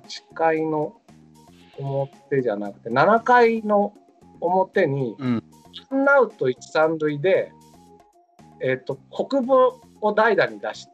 8回の表じゃなくて7回の表に、ワンアウト1、3塁で、国母を代打に出して、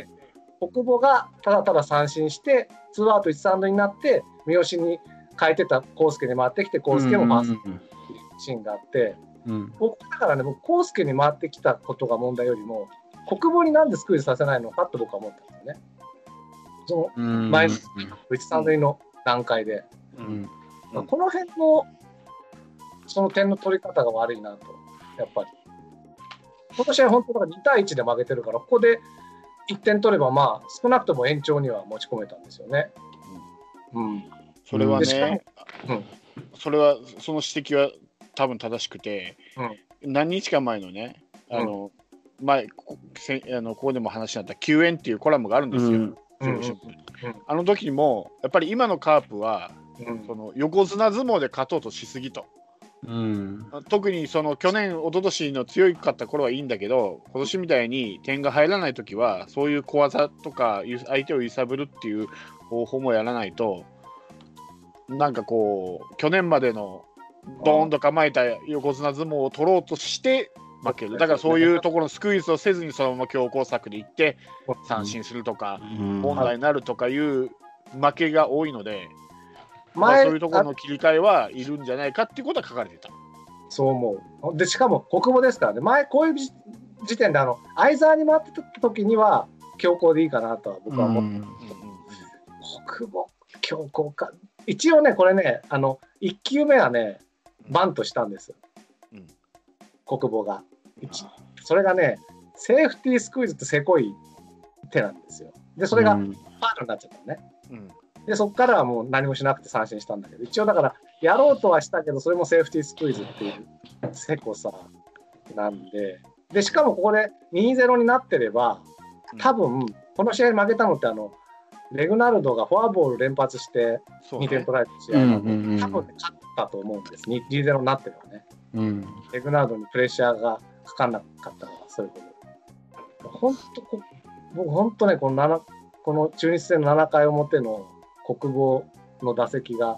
国母がただただ三振して2アウト1、3塁になって三好に変えてた康介に回ってきて康介もファーストシーンがあって、僕だからね、康介に回ってきたことが問題よりも国母になんでスクイズさせないのかって僕は思ったんですよね。その前の1、3塁の段階で、この辺のその点の取り方が悪いなと。やっぱりこの試合本当だから2対1で負けてるから、ここで1点取ればまあ少なくとも延長には持ち込めたんですよね。 それはね、それはその指摘は多分正しくて、何日か前のね、前ここでも話になった救援っていうコラムがあるんですよ。あの時にもやっぱり今のカープは、その横綱相撲で勝とうとしすぎと。特にその去年一昨年の強かった頃はいいんだけど、今年みたいに点が入らない時はそういう小技とか相手を揺さぶるっていう方法もやらないと、なんかこう去年までのドーンと構えた横綱相撲を取ろうとして負ける。だからそういうところのスクイズをせずにそのまま強攻策でいって三振するとか問題になるとかいう負けが多いので、そういうところの切り替えはいるんじゃないかっていうことは書かれてた。 そう思う。でしかも国母ですからね。前こういう時点で相沢に回ってた時には強攻でいいかなとは僕は思って、国母強攻か。一応ねこれね1球目はねバントしたんです、国母が。それがねセーフティースクイズってせこい手なんですよ。でそれがファウルになっちゃったのね。でそこからはもう何もしなくて三振したんだけど、一応だからやろうとはしたけどそれもセーフティースクイズっていうせこさなんで、でしかもここで 2-0 になってれば多分この試合負けたのってレグナルドがフォアボール連発して2点取られた試合なんで、多分勝ったと思うんです。 2-0 になってればね、レグナルドにプレッシャーがかかんなかったから。そういうこと僕本当ねこの中日戦の7回表の国母の打席が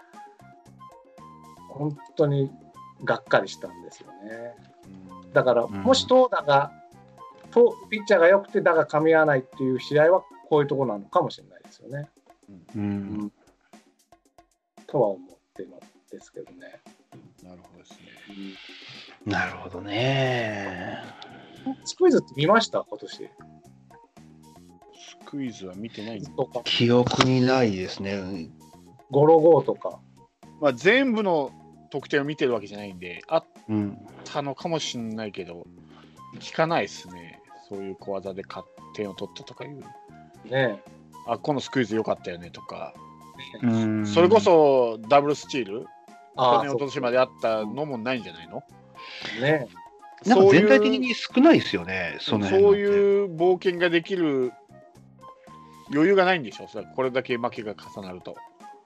本当にがっかりしたんですよね。だからもし投打がピッチャーが良くて打が噛み合わないっていう試合はこういうところなのかもしれないですよね。とは思ってるんですけどね。 なるほどですね。 なるほどね。 スクイズって見ました今年？ スクイズは見てないんだ。 記憶にないですね。 ゴロゴーとか、 全部の得点を見てるわけじゃないんであったのかもしれないけど、聞かないですね。そういう小技で点を取ったとかいうね。 このスクイズ良かったよねとか、それこそダブルスチール去年一昨年まであったのもないんじゃないのね。 なんか全体的に少ないですよね。そういう冒険ができる余裕がないんでしょ。これだけ負けが重なると。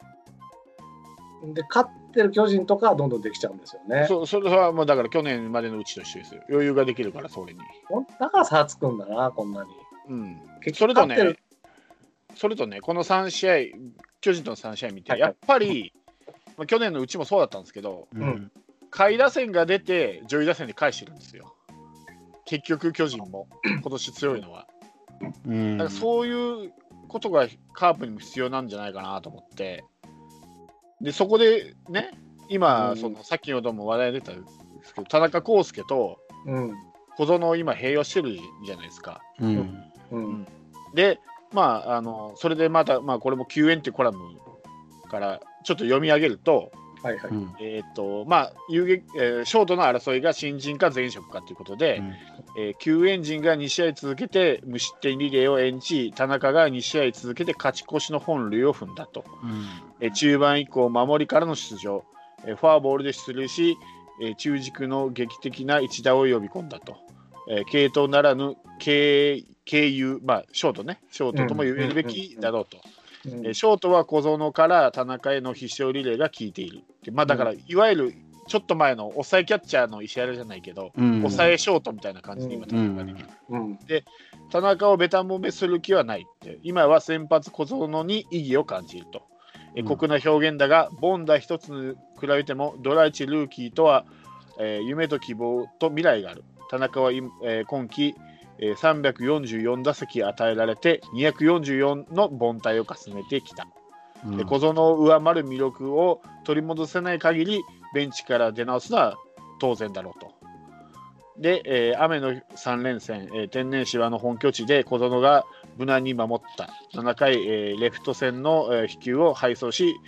で勝ってる巨人とかはどんどんできちゃうんですよね。 それはもうだから去年までのうちと一緒ですよ。余裕ができるからそれに。 だから差つくんだなこんなに。 それとねこの3試合巨人との3試合見て、やっぱり、去年のうちもそうだったんですけど、下位打線が出て上位打線で返してるんですよ。結局巨人も今年強いのは。だからそういうことがカープにも必要なんじゃないかなと思って。でそこでね今さっきほども話題出たんですけど田中康介と小園今併用してるじゃないですか。でそれでまたこれも救援っていうコラムからちょっと読み上げると、ショートの争いが新人か前職かということで、救援陣が2試合続けて無失点リレーを演じ、田中が2試合続けて勝ち越しの本塁を踏んだと、中盤以降守りからの出場、フォアボールで出塁し、中軸の劇的な一打を呼び込んだと、継投ならぬ経由、ショートとも言えるべきだろうと。ショートは小園から田中への必勝リレーが効いている。だからいわゆるちょっと前の抑えキャッチャーの石原じゃないけど、抑えショートみたいな感じで今田中ができる、で田中をベタ褒めする気はないって、今は先発小園に意義を感じると、酷な表現だがボンダ一つに比べてもドラ1ルーキーとは、夢と希望と未来がある。田中は、今季344打席与えられて244の凡退を重ねてきた。小園を上回る魅力を取り戻せない限りベンチから出直すのは当然だろうと。で、雨の3連戦、天然芝の本拠地で小園が無難に守った7回、レフト線の、飛球を配送し、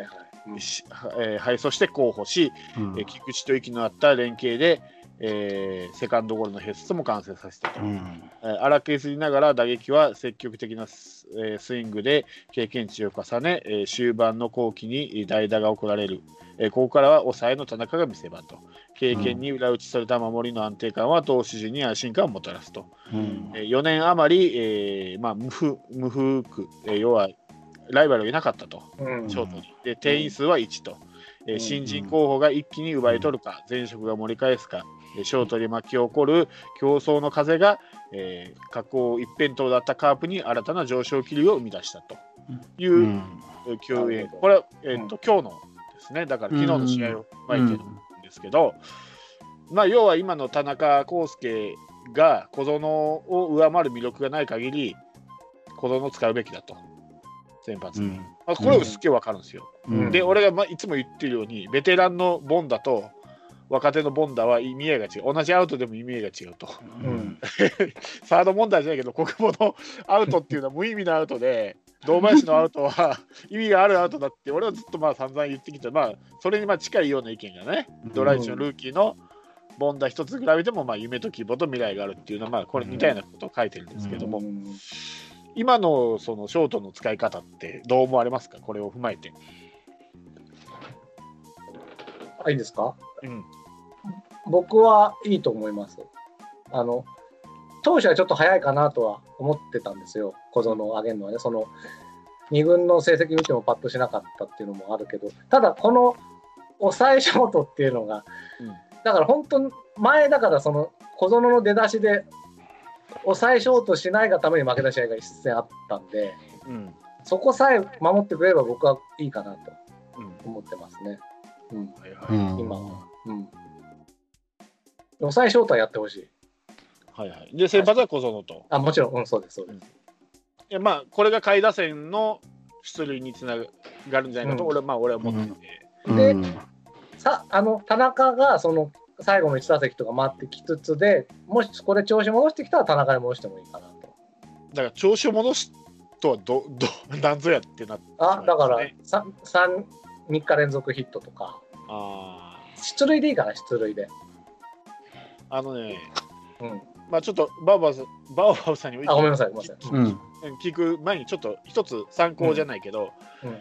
配送して候補し、菊池と息の合った連携で、セカンドゴールのヘッドも完成させたと、荒削りながら打撃は積極的なスイングで経験値を重ね、終盤の後期に代打が送られる、ここからは抑えの田中が見せ場と、経験に裏打ちされた守りの安定感は投手陣に安心感をもたらすと、4年余り、無風区、要はライバルがいなかったと、ショートにで定員数は1と、新人候補が一気に奪い取るか、前職が盛り返すか、ショートで巻き起こる競争の風が、下降一辺倒だったカープに新たな上昇気流を生み出したという球宴、これは、今日のですね、だから昨日の試合を巻いてるんですけど、要は今の田中康介が小園を上回る魅力がない限り小園を使うべきだと、先発、これをすっげえ分かるんですよ、で俺がいつも言ってるようにベテランのボンダと若手のボンダは意味合いが違う、同じアウトでも意味合いが違うと、サード問題じゃないけど国母のアウトっていうのは無意味なアウトで堂林のアウトは意味があるアウトだって俺はずっと散々言ってきて、それに近いような意見がね、ドラ1のルーキーのボンダ一つ比べても夢と希望と未来があるっていうのはこれみたいなことを書いてるんですけども、今のそのショートの使い方ってどう思われますか、これを踏まえて。 いいですか、僕はいいと思います。当初はちょっと早いかなとは思ってたんですよ、小園を上げるのはね。その2軍の成績見てもパッとしなかったっていうのもあるけど、ただこの抑えショートっていうのが、だから本当前だからその小園の出だしで抑えショートしないがために負けた試合が一戦あったんで、そこさえ守ってくれれば僕はいいかなと思ってますね。今は、抑えショートはやってほしい。 で先発は小園と。 もちろん、そうですそうです。 いやこれが下位打線の出塁につながるんじゃないかと俺は思ってて、 で田中がその最後の1打席とか回ってきつつで、もしこれ調子戻してきたら田中に戻してもいいかなと。 だから調子を戻すとは何ぞやってなって、 だから 3日連続ヒットとか、出塁でいいかな、出塁で。ちょっとバウバウさんにごめんなさい、 聞く前にちょっと一つ参考じゃないけど、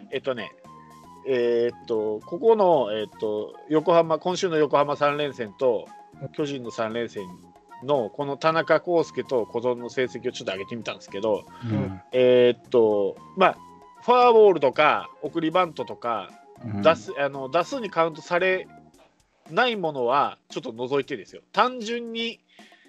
ここの、今週の横浜3連戦と巨人の3連戦のこの田中康介と小園の成績をちょっと上げてみたんですけど、フォアボールとか送りバントとか、打数にカウントされないものはちょっと除いてですよ、単純に、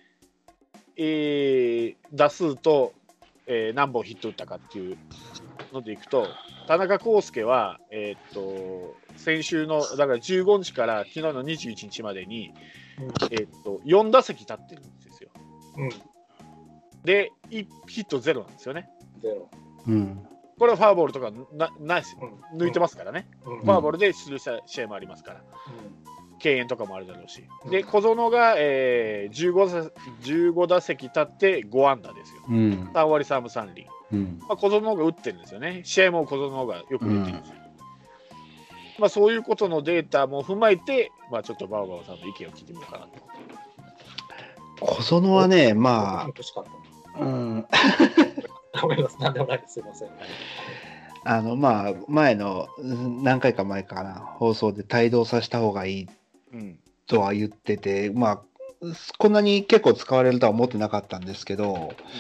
打数と、何本ヒット打ったかっていうのでいくと、田中康介は、先週のだから15日から昨日の21日までに、4打席立ってるんですよ。でヒット0なんですよね。これはフォアボールとかないですよ、抜いてますからね、フォアボールで出塁した試合もありますから、敬遠とかもあるだろうし、で小園が、15打席立って5安打ですよ、3割3分3厘、小園の方が打ってるんですよね、試合も小園の方がよく出てるんですよ、そういうことのデータも踏まえて、ちょっとバウバウさんの意見を聞いてみようかなと。 小園はね、 ごめんなさい、なんでもないです、すいません。 前の何回か前かな、放送で帯同させた方がいいとは言ってて、こんなに結構使われるとは思ってなかったんですけど、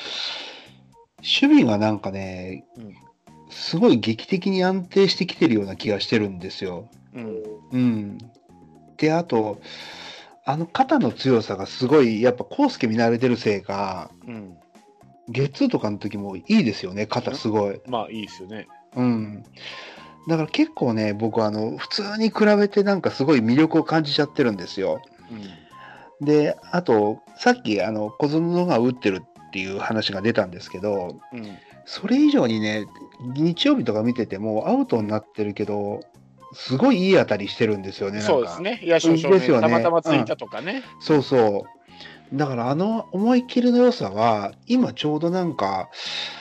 守備がなんかね、すごい劇的に安定してきてるような気がしてるんですよ。 で、あと、肩の強さがすごい、やっぱ康介見慣れてるせいか、ゲッツーとかの時もいいですよね、肩すごい。 まあいいですよね。 だから結構ね、僕普通に比べてなんかすごい魅力を感じちゃってるんですよ。で、あと、さっき小園が打ってるっていう話が出たんですけど、それ以上にね、日曜日とか見ててもアウトになってるけど、すごいいい当たりしてるんですよね。 そうですね。野手の正面にたまたまついたとかね。 そうそう。だから思い切りの良さは、今ちょうどなんか、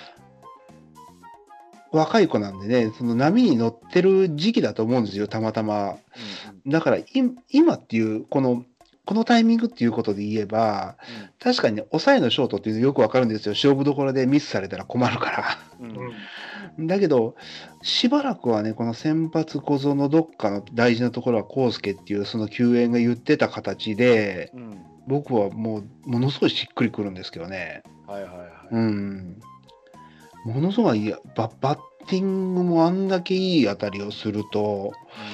若い子なんでね、その波に乗ってる時期だと思うんですよ、たまたま。だから今っていうこのタイミングっていうことで言えば、確かにね、抑えのショートっていうのよくわかるんですよ。勝負どころでミスされたら困るから。だけど、しばらくはね、この先発小園のどっかの大事なところは康介っていうその救援が言ってた形で、僕はもうものすごいしっくりくるんですけどね。ものすごいバッティングもあんだけいい当たりをすると、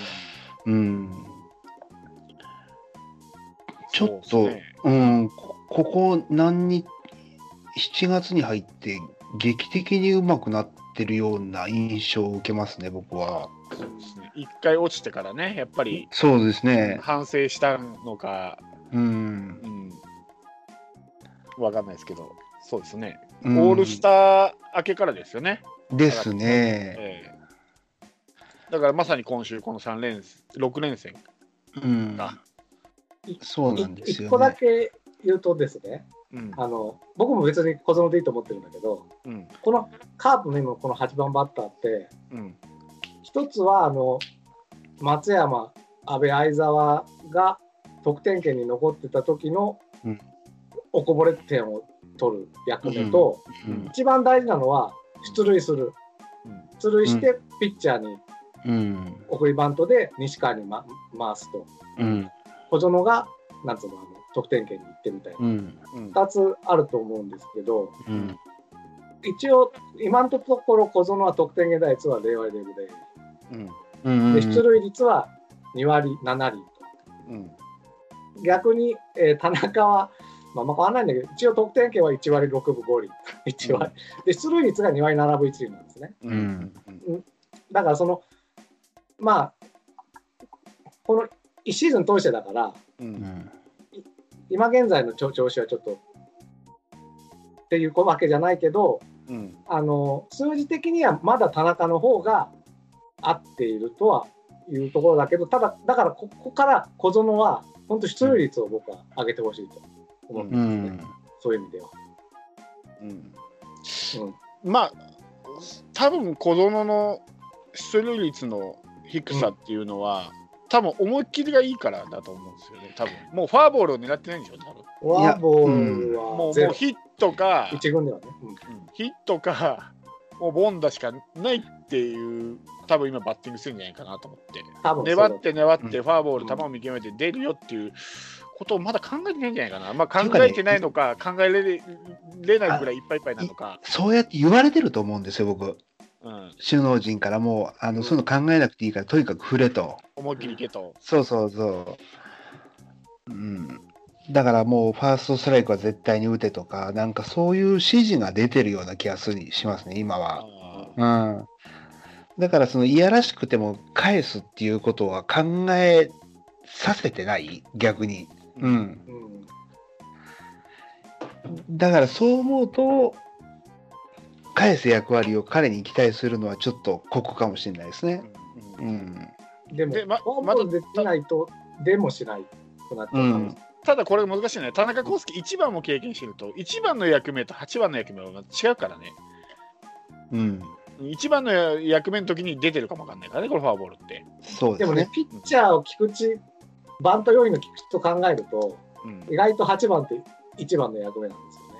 ちょっと、ここ7月に入って劇的に上手くなってるような印象を受けますね、僕は。 そうですね。一回落ちてからね、やっぱりそうですね。 反省したのか、わかんないですけど、そうですね。オールスター明けからですよね。 ですね。 だからまさに今週この6連戦が。 そうなんですよね。 一個だけ言うとですね、僕も別に小園でいいと思ってるんだけど、このカープの今この8番バッターって、一つは松山、阿部、相澤が得点圏に残ってた時のおこぼれ点を取る役目と、一番大事なのは出塁する。出塁してピッチャーに送りバントで西川に、回すと。小園がなんつうの得点圏に行ってみたいな、2つあると思うんですけど、一応今のところ小園は得点圏打率は0割0分で、出塁率は2割7厘と、逆に、田中は、まあ、変わらないんだけど、一応得点圏は1割6分5厘1割、で出塁率が2割7分1厘なんですね。だからまあこの1シーズン通してだから、今現在の調子はちょっとっていうわけじゃないけど、数字的にはまだ田中の方が合っているとはいうところだけど、だからここから小園は本当出塁率を僕は上げてほしいと思うんですね、そういう意味では。 まあ多分小園の出塁率の低さっていうのは、多分思いっきりがいいからだと思うんですよね。多分もうフォアボールを狙ってないんでしょ、多分。 フォアボールはもうヒットか一軍ではね、 ヒットかもう凡打しかないっていう、多分今バッティングしてるんじゃないかなと思って、粘ってフォアボール球を見極めて出るよっていうことをまだ考えてないんじゃないかな。まあ考えてないのか、考えれないぐらいいっぱいいっぱいなのか。 そうやって言われてると思うんですよ、僕。首脳陣からもそういうの考えなくていいからとにかく振れと、 思いっきりいけと。 そう、だからもうファーストストライクは絶対に打てとか、なんかそういう指示が出てるような気がしますね、今は。だからいやらしくても返すっていうことは考えさせてない、逆に。だからそう思うと、返す役割を彼に期待するのはちょっと酷かもしれないですね。 でもまだできないとでもしないとなっちゃう。 ただこれ難しいね。田中康介1番も経験してると、1番の役目と8番の役目は違うからね。1番の役目の時に出てるかもわかんないからね、これフォアボールって。 そうですね。 でもね、ピッチャーを菊池、バント要員の菊池と考えると、意外と8番って1番の役目なんですよね。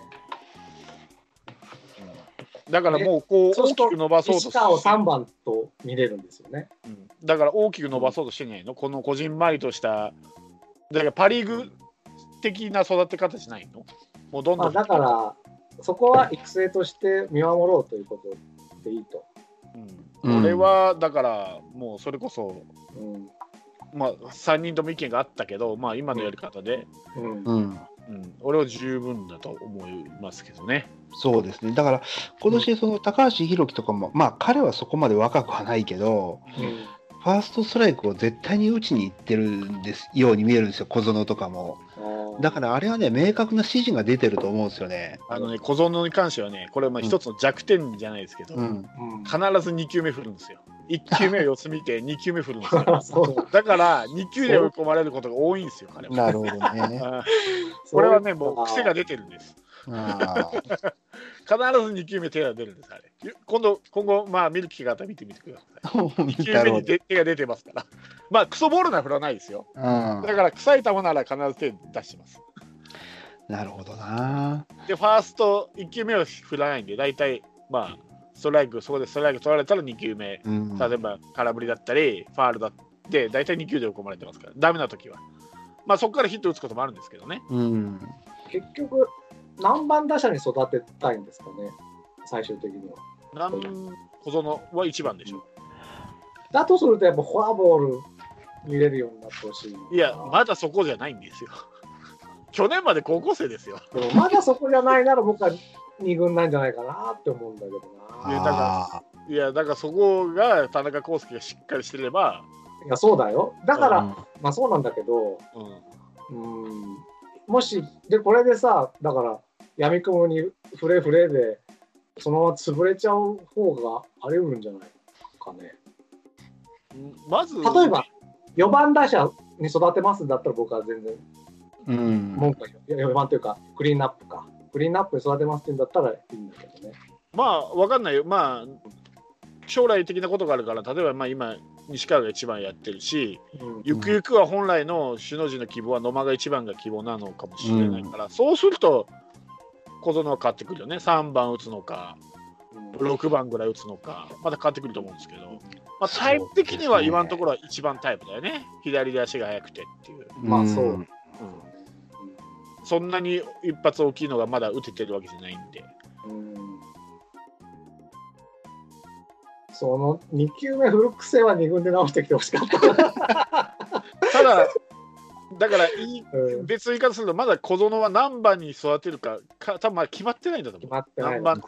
だからもうこう大きく伸ばそうと石川を3番と見れるんですよね。 だから大きく伸ばそうとしてんじゃないの、このこじんまりとした、だからパ・リーグ的な育て方しないの。もうどんどん、 だからそこは育成として見守ろうということでいいと。 これはだからもうそれこそ、 まあ、3人とも意見があったけど、まあ、今のやり方で、俺は十分だと思いますけどね。 そうですね。だから今年その高橋宏樹とかも、まあ彼はそこまで若くはないけど、ファーストストライクを絶対に打ちにいってるんですように見えるんですよ、小園とかも。だからあれはね、明確な指示が出てると思うんですよね。 小園に関してはね、これは一つの弱点じゃないですけど、必ず2球目振るんですよ。1球目を様子見て2球目振るんですよ。だから2球で追い込まれることが多いんですよ、彼は。 なるほどね。 これはね、もう癖が出てるんです。必ず2球目手が出るんです、あれ。今後、まあ見る機会があったら見てみてください。2球目に手が出てますから。まあ、クソボールなら振らないですよ。だから、臭い球なら必ず手出してます。 なるほどな。 で、ファースト1球目は振らないんで、大体、まあ、ストライク、そこでストライク取られたら2球目、例えば空振りだったり、ファールだって、大体2球で追い込まれてますから、ダメな時は。まあ、そこからヒット打つこともあるんですけどね。 結局、何番打者に育てたいんですかね、最終的には。 小園は1番でしょ。 だとすると、やっぱフォアボール見れるようになってほしい。 いや、まだそこじゃないんですよ。去年まで高校生ですよ。 でもまだそこじゃないなら、僕は2軍なんじゃないかなって思うんだけどな。 だからそこが田中康介がしっかりしてれば。 いや、そうだよ。だから、まあそうなんだけど、もし、で、これでさ、だから、闇雲にフレで、そのまま潰れちゃう方があり得るんじゃないかね。 まず、 例えば、4番打者に育てますんだったら、僕は全然、文句は4番というか、クリーンナップか。クリーンナップに育てますって言うんだったらいいんだけどね。 まあ、わかんないよ。まあ、将来的なことがあるから、例えば、まあ今、西川が一番やってるし、ゆくゆくは本来の首脳陣の希望は野間が一番が希望なのかもしれないから、そうすると小園は変わってくるよね。3番打つのか、6番ぐらい打つのか、また変わってくると思うんですけど、まあ、タイプ的には今のところは一番タイプだよね。左で足が速くてっていう。 まあそう。 そんなに一発大きいのがまだ打ててるわけじゃないんで。 その2球目振る癖は2軍で直してきてほしかった。 ただ、だから別の言い方すると、まだ小園は何番に育てるか、多分まだ決まってないんだと思う。 決まってない。 何番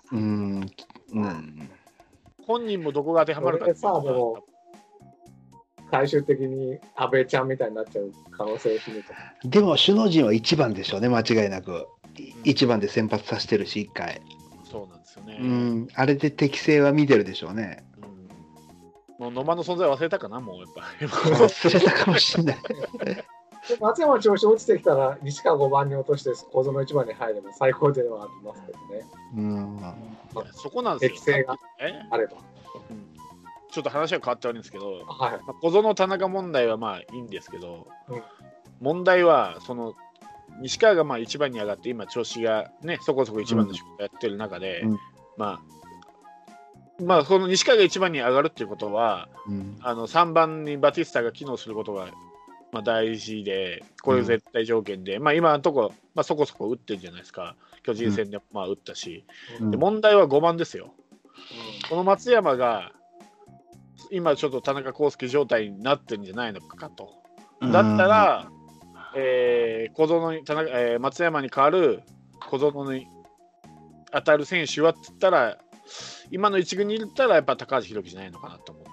本人もどこが当てはまるかってさ、でも最終的に阿部ちゃんみたいになっちゃう可能性を秘めて。 でも首脳陣は1番でしょうね、間違いなく。1番で先発させてるし、1回。 そうなんですよね。 あれで適性は見てるでしょうね。 もう野間の存在忘れたかな、もうやっぱ忘れたかもしれない。 松山調子落ちてきたら西川5番に落として小園1番に入れば最高ではありますけどね。 そこなんですよ。 適性があれば。 ちょっと話は変わって悪いんですけど、小園田中問題はまあいいんですけど、問題はその西川がまあ1番に上がって今調子がねそこそこ1番の仕事やってる中で、まあこの西川が1番に上がるっていうことは、3番にバティスタが機能することがまあ大事で、これ絶対条件で、まあ今のところ、まあ、そこそこ打ってるじゃないですか。巨人戦でまあ打ったし、で問題は5番ですよ。この松山が今ちょっと田中康介状態になってるんじゃないのかと。だったら、小園に松山に代わる小園に当たる選手はって言ったら、今の一軍にいったらやっぱ高橋宏樹じゃないのかなと思って。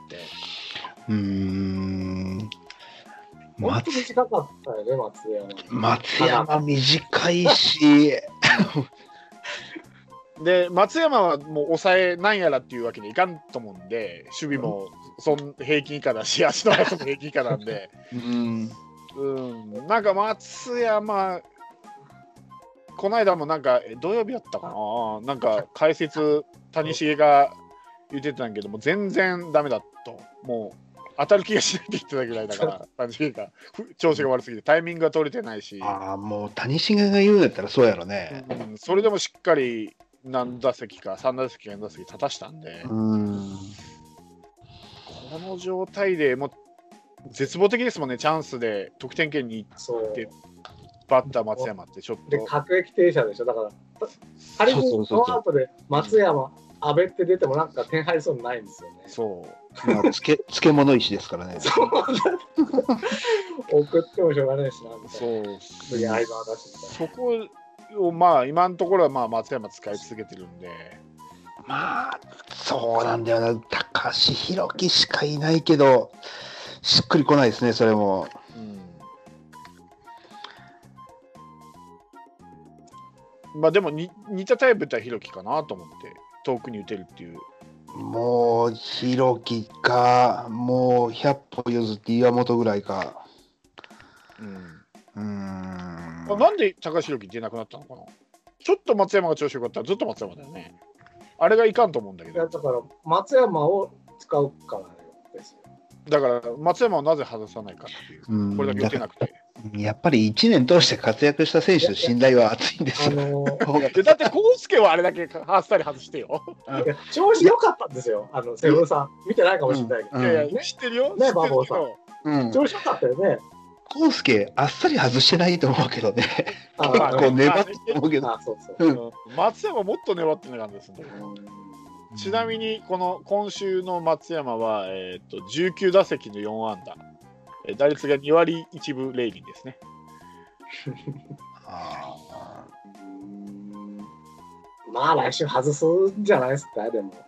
本当短かったよね、 松山短いし。 で松山はもう抑えなんやらっていうわけにいかんと思うんで、守備も平均以下だし、足の速さも平均以下なんで、なんか松山、この間もなんか土曜日やったかな、なんか解説、谷繁が言ってたんやけども、全然ダメだと、もう当たる気がしないって言ってたぐらいだから、谷繁が調子が悪すぎて、タイミングが取れてないし、 もう谷繁が言うんだったらそうやろね。 それでもしっかり何打席か3打席か4打席立たしたんで、この状態でもう絶望的ですもんね。チャンスで得点圏に行ってバッター松山ってちょっとで各駅停車でしょ。だから仮にノーアウトで松山安倍って出てもなんか点入りそうにないんですよね。 そう。 まあ、漬物石ですからね。 そう送ってもしょうがないしなみたいな。 そう。 いや、相場だしみたいな。 そこをまあ今のところはまあ松山使い続けてるんで。 まあそうなんだよな。高橋宏樹しかいないけどしっくりこないですね、それも。 まあでも似たタイプだったら弘樹かなと思って、遠くに打てるっていう。 もう弘樹か、もう100歩譲って岩本ぐらいか。 なんで高橋宏樹出なくなったのかな。ちょっと松山が調子よかったらずっと松山だよね。あれがいかんと思うんだけど。 いやだから松山を使うからですよ。 だから松山をなぜ外さないかっていう、これだけ打てなくて。 やっぱり1年通して活躍した選手の信頼は厚いんですよ。 だって康介はあれだけあっさり外してよ。 いや調子良かったんですよ、セブンさん。見てないかもしれないけど。 いやいや、知ってるよ。 ね、馬房さん。調子良かったよね。 康介、あっさり外してないと思うけどね。結構粘ってると思うけど。 松山もっと粘ってなかったですね。ちなみにこの今週の松山は、19打席の4安打、打率が2割1分0厘ですね。 まあ来週外すんじゃないですか。でも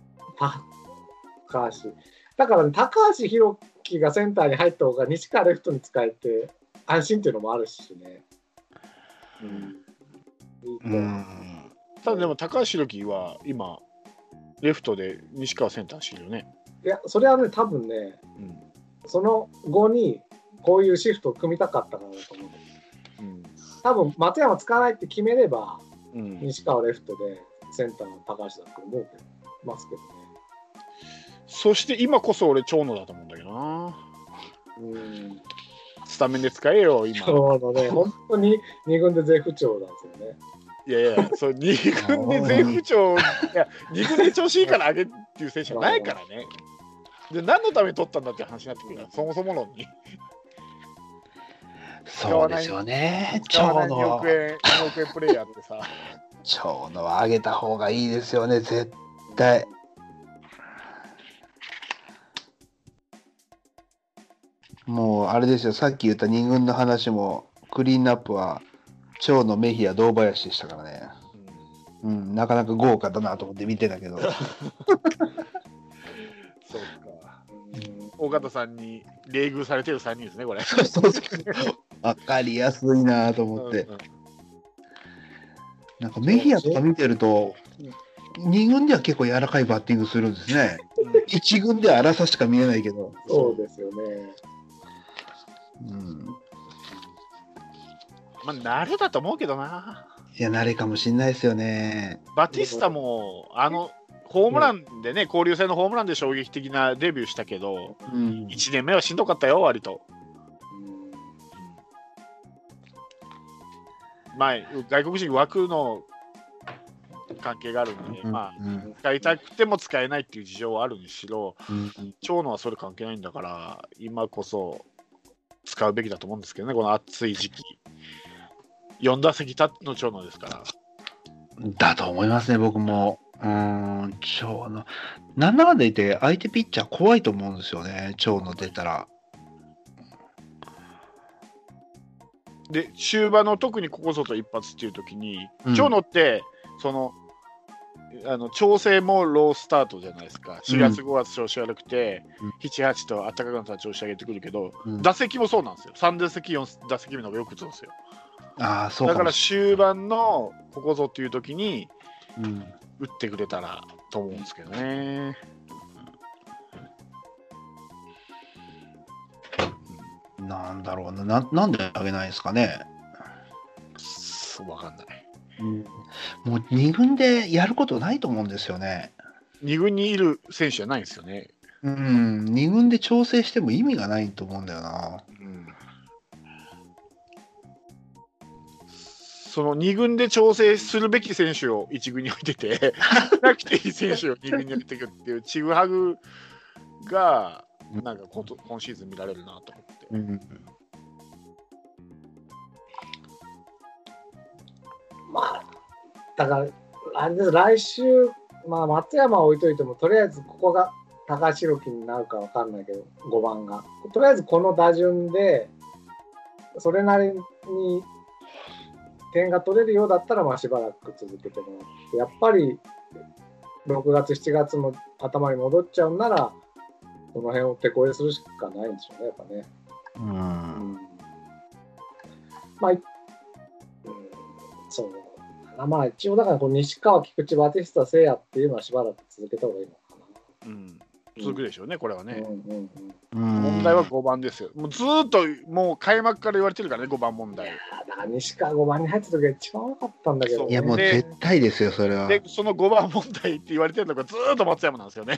高橋だから、ね、高橋宏樹がセンターに入った方が西川レフトに使えて安心っていうのもあるしね。 ただでも高橋宏樹は今レフトで西川センターしてるよね。 いやそれはね多分ね、その後にこういうシフトを組みたかったからだと思う。多分松山使わないって決めれば、西川レフトでセンターの高橋だと思うけどますけどね。 そして今こそ俺長野だと思うんだけどな。スタメンで使えよ今。 長野ね、本当に2軍で絶不調なんですよね。 いやいや、そう2軍で絶不調、いや2軍で調子いいから上げっていう選手はないからね。で何のために取ったんだって話になってくるから、そもそも論に。 そうですよね。 長野2億円プレイヤーってさ。 長野は上げた方がいいですよね、絶対。もうあれですよ、さっき言った2軍の話もクリーンナップは長野、メヒア、堂林でしたからね。なかなか豪華だなと思って見てたけど。そうか。 尾形さんに冷遇されてる3人ですね、これ。 そう分かりやすいなと思って。なんかメヒアとか見てると、2軍では結構柔らかいバッティングするんですね。1軍では荒さしか見えないけど。 そうですよね。 まあ、慣れだと思うけどな。 いや、慣れかもしれないですよね。 バティスタも、ホームランでね、交流戦のホームランで衝撃的なデビューしたけど、1年目はしんどかったよ、割と。まあ、外国人枠の関係があるんで、使いたくても使えないっていう事情はあるにしろ、長野はそれ関係ないんだから、今こそ使うべきだと思うんですけどね、この暑い時期。4打席たの長野ですから。 だと思いますね、僕も。長野。なんだかんだ言って、相手ピッチャー怖いと思うんですよね、長野出たら。 で、終盤の特にここぞと一発っていう時に、長野って、調整もロースタートじゃないですか。4月5月調子悪くて、7、8と暖かくなったら調子上げてくるけど、打席もそうなんですよ。3打席、4打席目の方がよく打つんですよ。 そうだから終盤のここぞっていう時に、打ってくれたらと思うんですけどね。 なんだろうな、なんであげないですかね。 わかんない。 もう2軍でやることないと思うんですよね。 2軍にいる選手じゃないんですよね。 2軍で調整しても意味がないと思うんだよな。 その2軍で調整するべき選手を1軍に置いてて、なくていい選手を2軍に置いていくっていうちぐはぐが、なんか今シーズン見られるなと思って。 まあ、だから、あれです、来週まあ松山は置いといても、とりあえずここが高橋宏樹になるか分かんないけど、5番が。とりあえずこの打順で、それなりに点が取れるようだったら、まあしばらく続けてもらって、やっぱり6月、7月の頭に戻っちゃうなら、この辺を手こ入れするしかないんでしょうね、やっぱね。まあ、そう。まあ一応だからこの西川、菊池、バティスタ、聖也っていうのはしばらく続けた方がいいのかな。 続くでしょうね、これはね。問題は5番ですよ。もうずっともう開幕から言われてるからね、5番問題。 だから西川5番に入った時が一番悪かったんだけど、ね。 いやもう絶対ですよ、それは。 で、その5番問題って言われてるのがずっと松山なんですよね。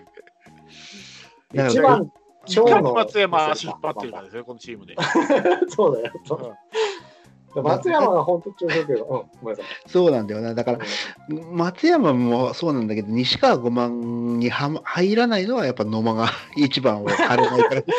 一番長の松山足引っ張ってるからですよ、このチームで。 そうだよ。松山が本当調子よけど、ごめんなさい。 そうなんだよな。だから、松山もそうなんだけど、西川5番に入らないのはやっぱ野間が1番を張れないから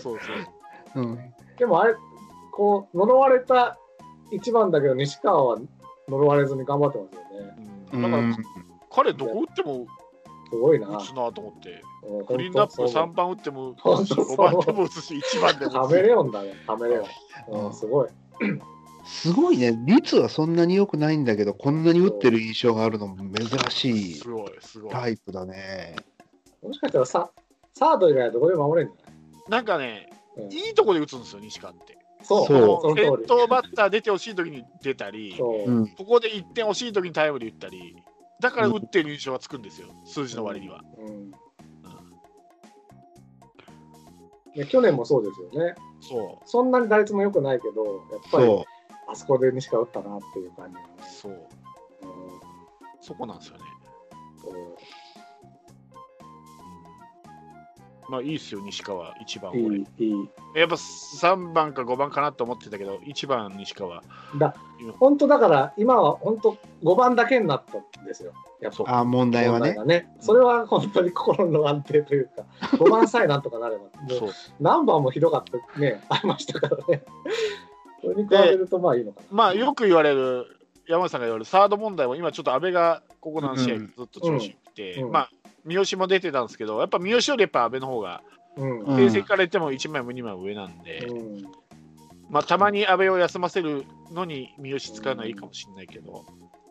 でもあれ、こう、呪われた1番だけど、西川は呪われずに頑張ってますよね。 だから、彼どこ打ってもすごいな。 打つなと思って。クリーンナップ3番打っても、5番でも打つし、1番でも打つし。 カメレオンだね、カメレオン。すごい。 すごいね、率はそんなに良くないんだけど、こんなに打ってる印象があるのも珍しいタイプだね。 もしかしたらサード以外はどこで守れるんじゃない？ なんかね、いいとこで打つんですよ、西川って。 そう、 先頭バッター出てほしいときに出たり、ここで1点欲しいときにタイムリー打ったり、だから打ってる印象がつくんですよ、数字の割には。 去年もそうですよね。そんなに打率も良くないけど、やっぱりあそこで西川打ったなっていう感じがね。 そこなんですよね。まあいいっすよ、西川1番俺。やっぱ3番か5番かなと思ってたけど、1番西川。 本当だから今は本当5番だけになったんですよ。 問題はね。 それは本当に心の安定というか、5番さえなんとかなれば、何番もひどかったね、ありましたからね。それに比べるとまあいいのかな。 まあよく言われる、山内さんが言われるサード問題も今ちょっと阿部がここ何試合ずっと調子よくて、まあ三好も出てたんですけど、やっぱ三好よりやっぱ阿部の方が成績から言っても1枚も2枚も上なんで、まあたまに阿部を休ませるのに三好使うのはいいかもしれないけど、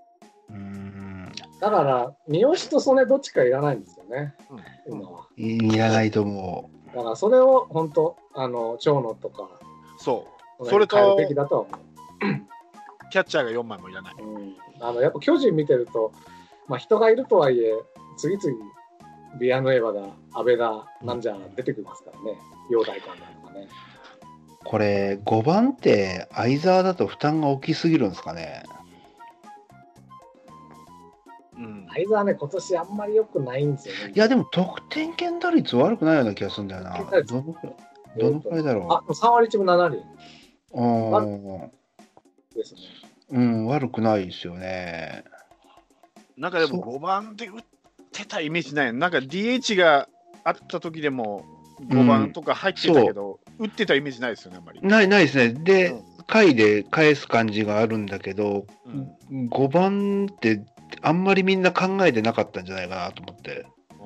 だから三好と曽根どっちかいらないんですよね、今は。 いらないと思う。だからそれを本当長野とかそれと変えるべきだとは思う。 キャッチャーが4枚もいらない。 やっぱ巨人見てると、まあ、人がいるとはいえ次々ビアヌエバだ、阿部だ、なんじゃ出てきますからね、陽大館だとかね。 これ5番って相澤だと負担が大きすぎるんですかね。 相澤ね、今年あんまり良くないんですよね。 いやでも得点圏打率悪くないような気がするんだよな。どのくらいだろう。 3割1分7厘。ですね。悪くないですよね。 なんかでも5番で打ってたイメージない。なんか DH があった時でも5番とか入ってたけど、打ってたイメージないですよね、あんまり。 ないですね。で、下位で返す感じがあるんだけど、5番ってあんまりみんな考えてなかったんじゃないかなと思って。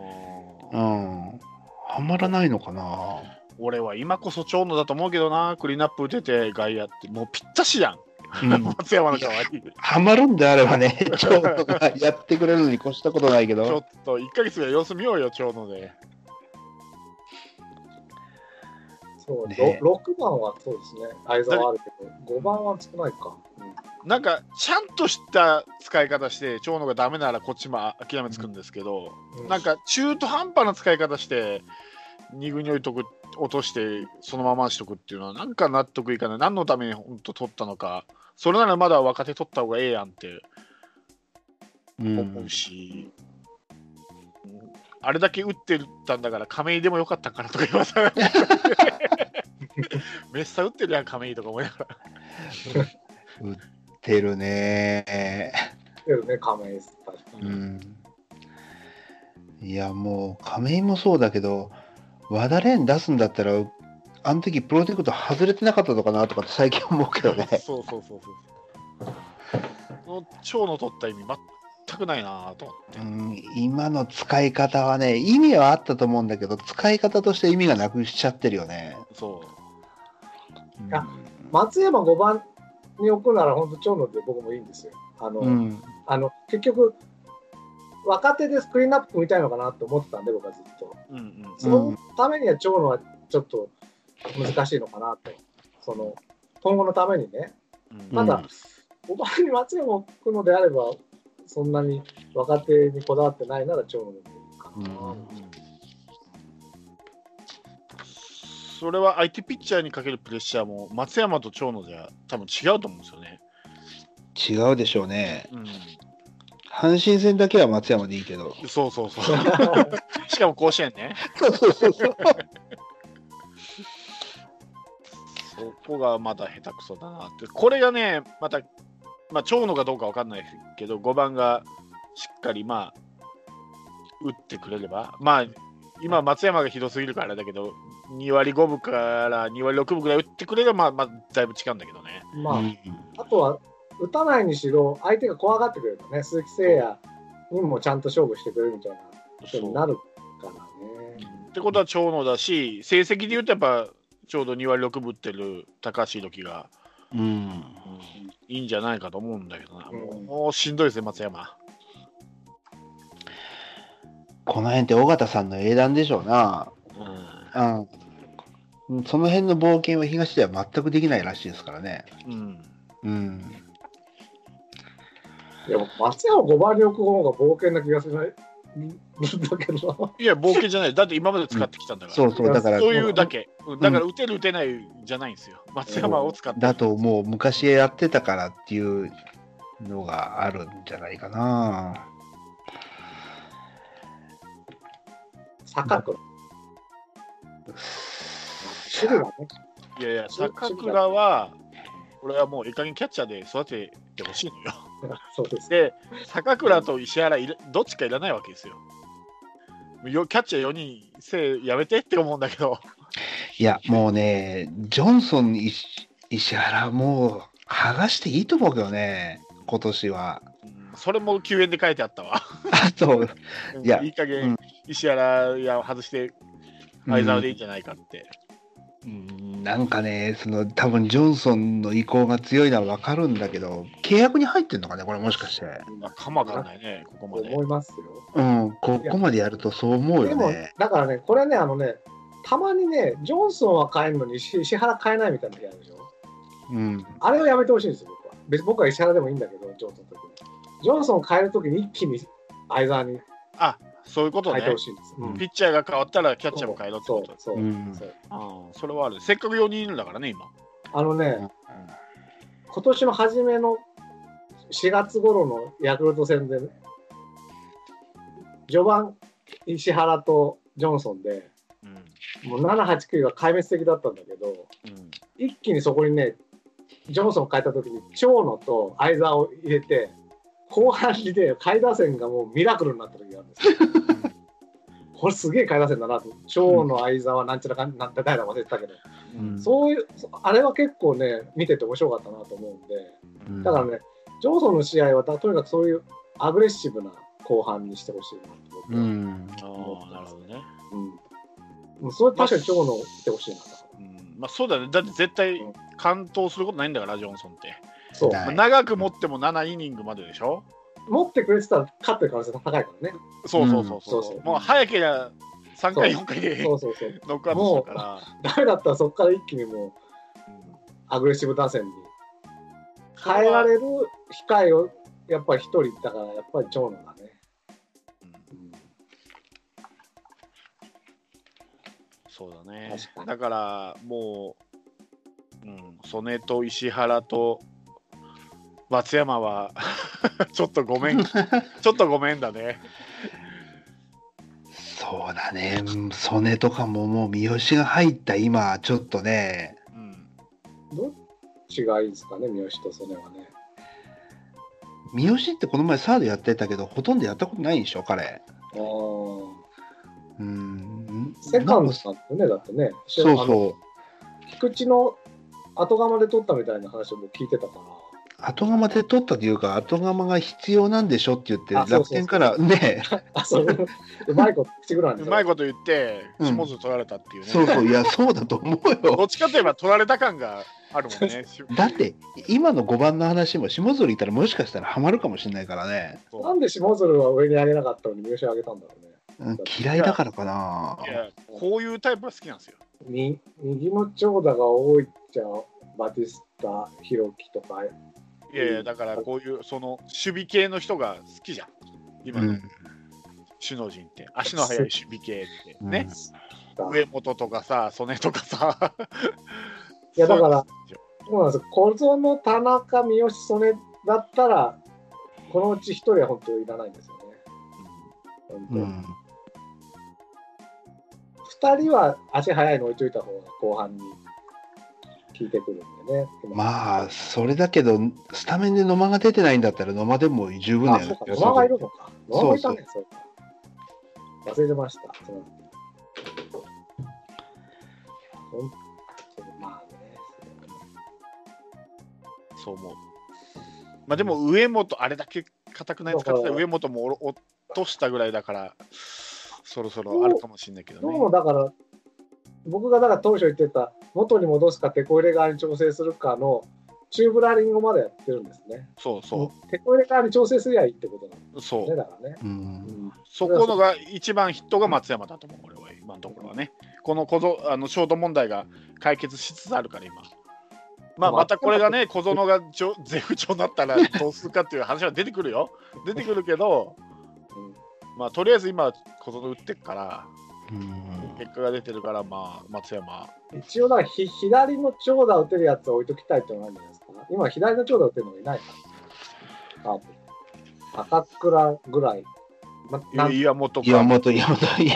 はまらないのかな。 俺は今こそ長野だと思うけどな、クリーンアップ打てて外野ってもうぴったしやん。松山の代わりはまるんであればね、長野がやってくれるのに越したことないけど。 ちょっと1ヶ月ぐらい様子見ようよ、長野で。 そうね、6番はそうですね、相澤あるけど、5番は少ないか。 なんか、ちゃんとした使い方して、長野がダメならこっちも諦めつくんですけど、なんか中途半端な使い方して、2軍に落として、そのまましとくっていうのは、なんか納得いかない。何のために本当取ったのか、それならまだ若手取った方がええやんって思うし、あれだけ打ってたんだから亀井でもよかったからとか言わさめっさ打ってるやん亀井とか思いながら打ってるね亀井。 いやもう亀井もそうだけど和田蓮出すんだったらあの時プロテクト外れてなかったのかなとかって最近思うけどね。 そう長野取った意味全したくないなと思って、 今の使い方はね、意味はあったと思うんだけど、使い方として意味がなくしちゃってるよね。 そう。 松山5番に置くなら本当長野で僕もいいんですよ。結局若手でスクリーンアップ組みたいのかなと思ってたんで、僕はずっと。そのためには長野はちょっと難しいのかなと。今後のためにね。ただ、5番に松山を置くのであれば、そんなに若手にこだわってないなら長野でもいいかな。 それは相手ピッチャーにかけるプレッシャーも松山と長野じゃ多分違うと思うんですよね。 違うでしょうね。阪神戦だけは松山でいいけど。 そうしかも甲子園ね。そこがまだ下手くそだなって。これがね、また、長野かどうか分かんないけど、5番がしっかり打ってくれれば、今、松山がひどすぎるからあれだけど、2割5分から2割6分ぐらい打ってくれれば、だいぶ違うんだけどね。 あとは、打たないにしろ、相手が怖がってくれるとね、鈴木誠也にもちゃんと勝負してくれるみたいなことになるからね。 ってことは長野だし、成績で言うとやっぱ、ちょうど2割6分打ってる高橋宏樹が、いいんじゃないかと思うんだけどな。もうしんどいですね、松山。 この辺って尾形さんの英断でしょうな。その辺の冒険は東では全くできないらしいですからね。 いや、松山5番に置く方が冒険な気がするんだけど。 いや、冒険じゃない。だって今まで使ってきたんだから。 だから。 そういうだけ。だから打てる打てないじゃないんですよ。松山を使って。 だともう昔やってたからっていうのがあるんじゃないかな。 坂倉。 いや、坂倉は、俺はもういい加減キャッチャーで育ててほしいのよ。 そうです。 で、坂倉と石原どっちかいらないわけですよ。キャッチャー4人やめてって思うんだけど。 いや、もうね、ジョンソン、石原、もう剥がしていいと思うけどね、今年は。 それも救援で書いてあったわ。いい加減、石原外して相澤でいいんじゃないかって。 なんかね、多分ジョンソンの意向が強いのは分かるんだけど、契約に入ってんのかね、これもしかして。 かもわかんないね、ここまで。 思いますよ。 ここまでやるとそう思うよね。 でも、だからね、これね、たまにね、ジョンソンは変えるのに石原変えないみたいな時あるでしょ。あれをやめてほしいんですよ、僕は。別に僕は石原でもいいんだけど、ジョンソンの時に。ジョンソンを変える時に一気に相澤に。 そういうことね。 変えてほしいんです。 ピッチャーが変わったらキャッチャーも変えろってこと。 それはある。せっかく4人いるんだからね、今。 今年の初めの4月頃のヤクルト戦で、ね、序盤、石原とジョンソンで、もう7、8、9が壊滅的だったんだけど、一気にそこにね、ジョンソンを変えた時に長野と相澤を入れて、後半にね、下位打線がもうミラクルになった時があるんですよ。これすげえ下位打線だなと。長野、相澤、なんちゃらかんなんて誰だか忘れてたけど、そういう、あれは結構ね、見てて面白かったなと思うんで、だからね、ジョンソンの試合はとにかくそういうアグレッシブな後半にしてほしいなと思って。 なるほどね。 それ確かに長野してほしいな。 そうだね。だって絶対完投することないんだから、ジョンソンって。 そう。 長く持っても7イニングまででしょ。 持ってくれてたら勝ってる可能性が高いからね。 そう。もう早ければ3回、4回でノックアウトするから。 ダメだったらそこから一気にもうアグレッシブ打線に変えられる控えをやっぱり1人だから、やっぱり長野だね。 そうだね。だからもう、曽根と石原と松山はちょっとごめんだね。 そうだね。曽根とかももう三好が入った今ちょっとね。 どっちがいいですかね、三好と曽根はね。 三好ってこの前サードやってたけどほとんどやったことないんでしょ彼。 セカンドさんってね、だってね。 そう。 菊池の後釜で取ったみたいな話を聞いてたか後釜で取ったというか、後釜が必要なんでしょって言って、楽天からね、 うまいこと口黒なんですうまいこと言って、下津取られたっていうね。 そうそう、いや、そうだと思うよ。 どっちかといえば取られた感があるもんね。 だって、今の5番の話も、下鶴いたらもしかしたらハマるかもしれないからね。 なんで下鶴は上に上げなかったのに三好上げたんだろうね。 嫌いだからかな。 いや、こういうタイプが好きなんですよ。 右の長打が多いっちゃ、バティスタ、ヒロキとか。 いやいや、だからこういうその守備系の人が好きじゃん。今の首脳陣って、足の速い守備系ってね。上本とかさ、曽根とかさ。 いやだから、そうなんですよ。小園、田中、三好、曽根だったら、このうち1人は本当にいらないんですよね。2人は足速いの置いといた方が後半に効いてくるんでね。 まあ、それだけど、スタメンで野間が出てないんだったら、野間でも十分だよね。 野間がいるのか。野間がいたね、そうか。忘れてました。まあね。 そう思う。まあでも、上本、あれだけ硬くない使ってた上本も落としたぐらいだから、そろそろあるかもしれないけどね。 だから、僕がだから当初言ってた、元に戻すか、テこ入れ側に調整するかの、チューブラリングまでやってるんですね。 そうそう。 テこ入れ側に調整すりゃいいってことなんですね。そう。 だからね。 そこのが一番ヒットが松山だと思う、俺は、今のところはね。このショート問題が解決しつつあるから、今。まあ、またこれがね、小園が絶不調になったらどうするかっていう話は出てくるよ。出てくるけど、まあ、とりあえず今、小園打ってっから、結果が出てるから、まあ、松山。 一応、だから左の長打打てるやつを置いときたいってのがあるんじゃないですか。今、左の長打打てるのがいないから。高倉ぐらい。 岩本か。 岩本いる。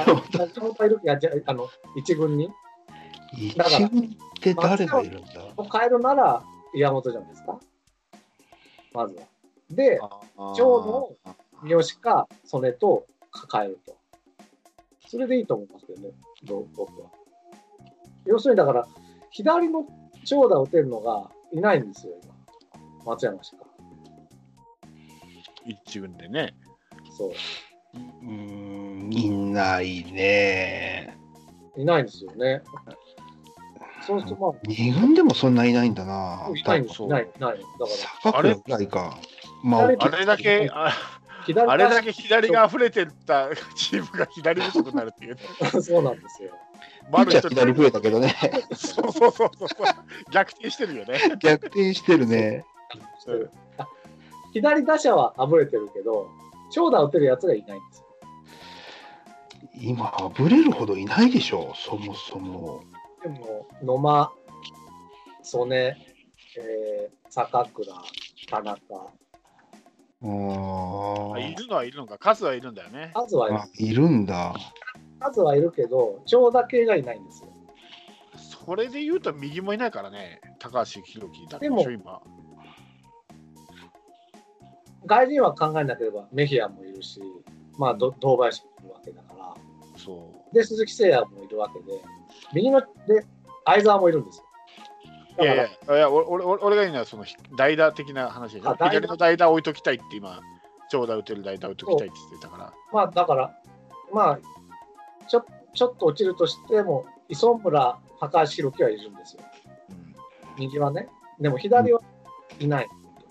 一軍に。 一軍って誰がいるんだ。 変えるなら岩本じゃないですか。まずは。で、長の三好か曽根と変えると。それでいいと思いますけどね、僕は。要するにだから、左の長打を打てるのがいないんですよ、今。松山しか。 一軍でね。 そう。 いないね。 いないんですよね。そうするとまあ。 二軍でもそんないないんだな。 いないんですよ。いない。だから。 坂倉ぐらいか。 まあ、あれだけ左が溢れてたチームが左不足になるっていう、 ね。そうなんですよ。 ピッチャー左増えたけどね。 そう。逆転してるよね。 逆転してるね。 左打者はあぶれてるけど、長打打てるやつがいないんですよ。 今、あぶれるほどいないでしょ、そもそも。 でも、野間、曽根、坂倉、田中。 いるのはいるのか、数はいるんだよね。 数はいる。 いるんだ。 数はいるけど、長打系がいないんですよ。 それで言うと、右もいないからね、高橋宏樹だけでしょ、今。 外人は考えなければ、メヒアもいるし、まあ、堂林もいるわけだから、で、鈴木誠也もいるわけで、右ので相澤もいるんですよ。 いや、俺が言うのはその代打的な話でしょ。左の代打置いときたいって今、長打打てる代打置いときたいって言ってたから。 まあ、だから、まあ、ちょっと落ちるとしても、磯村、高橋宏樹はいるんですよ。右はね。でも左はいない。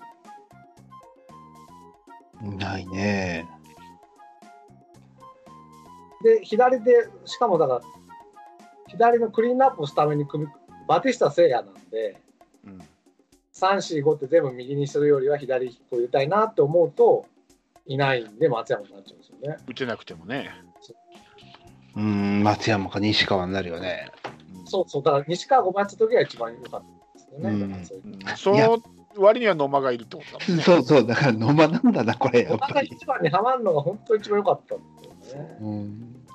いないね。 で、左で、しかもだから、左のクリーンアップをするためにバティスタ誠也なんで、3、4、5って全部右にするよりは左を入れたいなって思うと、いないんで松山になっちゃうんですよね。 打てなくてもね。 松山か西川になるよね。 そう、だから西川5番やった時が一番良かったですよね。 その割には野間がいるってことだもんね。 そう、だから野間なんだな、これ。 野間が一番にはまるのが本当に一番良かったんですよね。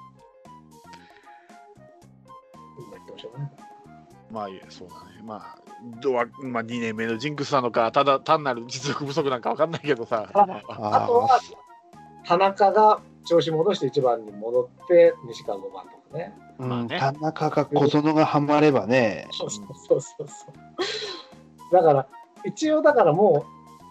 まあそうだね。まあ2年目のジンクスなのか、ただ単なる実力不足なんか分かんないけどさ。 あとは田中が調子戻して1番に戻って西川5番とかね。 田中が小園がはまればね。 そう。だから一応だからも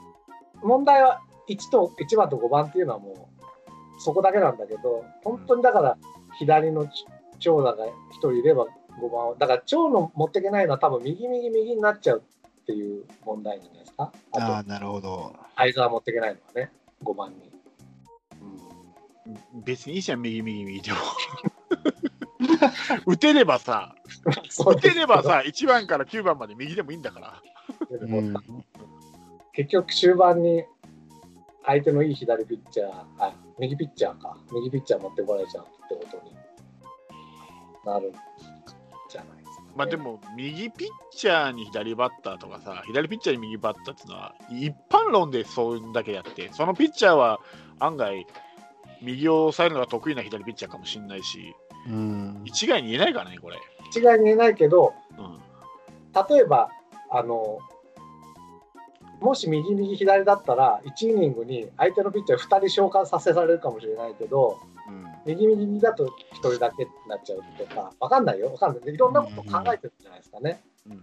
問題は1番と5番っていうのはもうそこだけなんだけど、本当にだから左の長打が1人いれば5番を、だから長の持っていけないのは多分右になっちゃうっていう問題じゃないですか。 ああ、なるほど。 相澤持っていけないのはね、5番に。 別にいいじゃん、右でも。打てればさ、1番から9番まで右でもいいんだから。 結局終盤に相手のいい左ピッチャー、右ピッチャー持ってこられちゃうってことになるんじゃないですか、ね。 まあでも右ピッチャーに左バッターとかさ、左ピッチャーに右バッターっていうのは一般論でそんだけやって、そのピッチャーは案外右を抑えるのが得意な左ピッチャーかもしれないし、一概に言えないからね、これ。 一概に言えないけど、例えばもし右左だったら1イニングに相手のピッチャー2人召喚させられるかもしれないけど、右だと1人だけになっちゃうとか、分かんないよ、いろんなこと考えてるんじゃないですかね。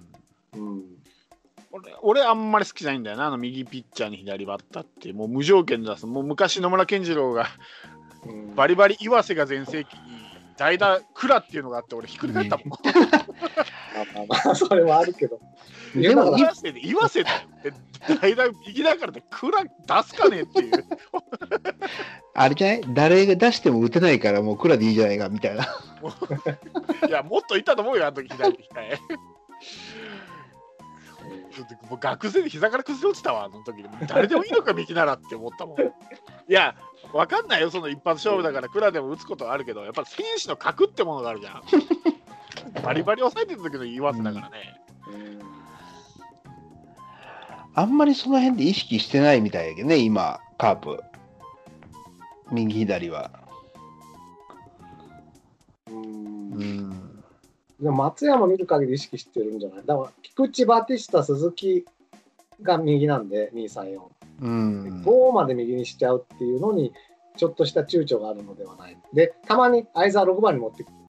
俺あんまり好きじゃないんだよな、右ピッチャーに左バッターって。もう無条件で出す。もう昔野村健次郎がバリバリ岩瀬が全盛期に代打クラっていうのがあって、俺ひっくり返ったもん。 まあそれはあるけど、 でも岩瀬だよって代打右だからってクラ出すかねっていう。 あれじゃない、誰が出しても打てないからもうクラでいいじゃないかみたいな。 いや、もっといたと思うよ、あの時左で控え。もう学生で膝から崩れ落ちたわ、あの時。誰でもいいのか右ならって思ったもん。いや、分かんないよ、その一発勝負だからクラでも打つことはあるけど、やっぱり選手の格ってものがあるじゃん。バリバリ抑えてる時の岩瀬だからね。 あんまりその辺で意識してないみたいだけどね、今カープ右左は。 でも松山見る限り意識してるんじゃない。だから菊池、バティスタ、鈴木が右なんで234、5まで右にしちゃうっていうのにちょっとした躊躇があるのではない。でたまに相澤6番に持って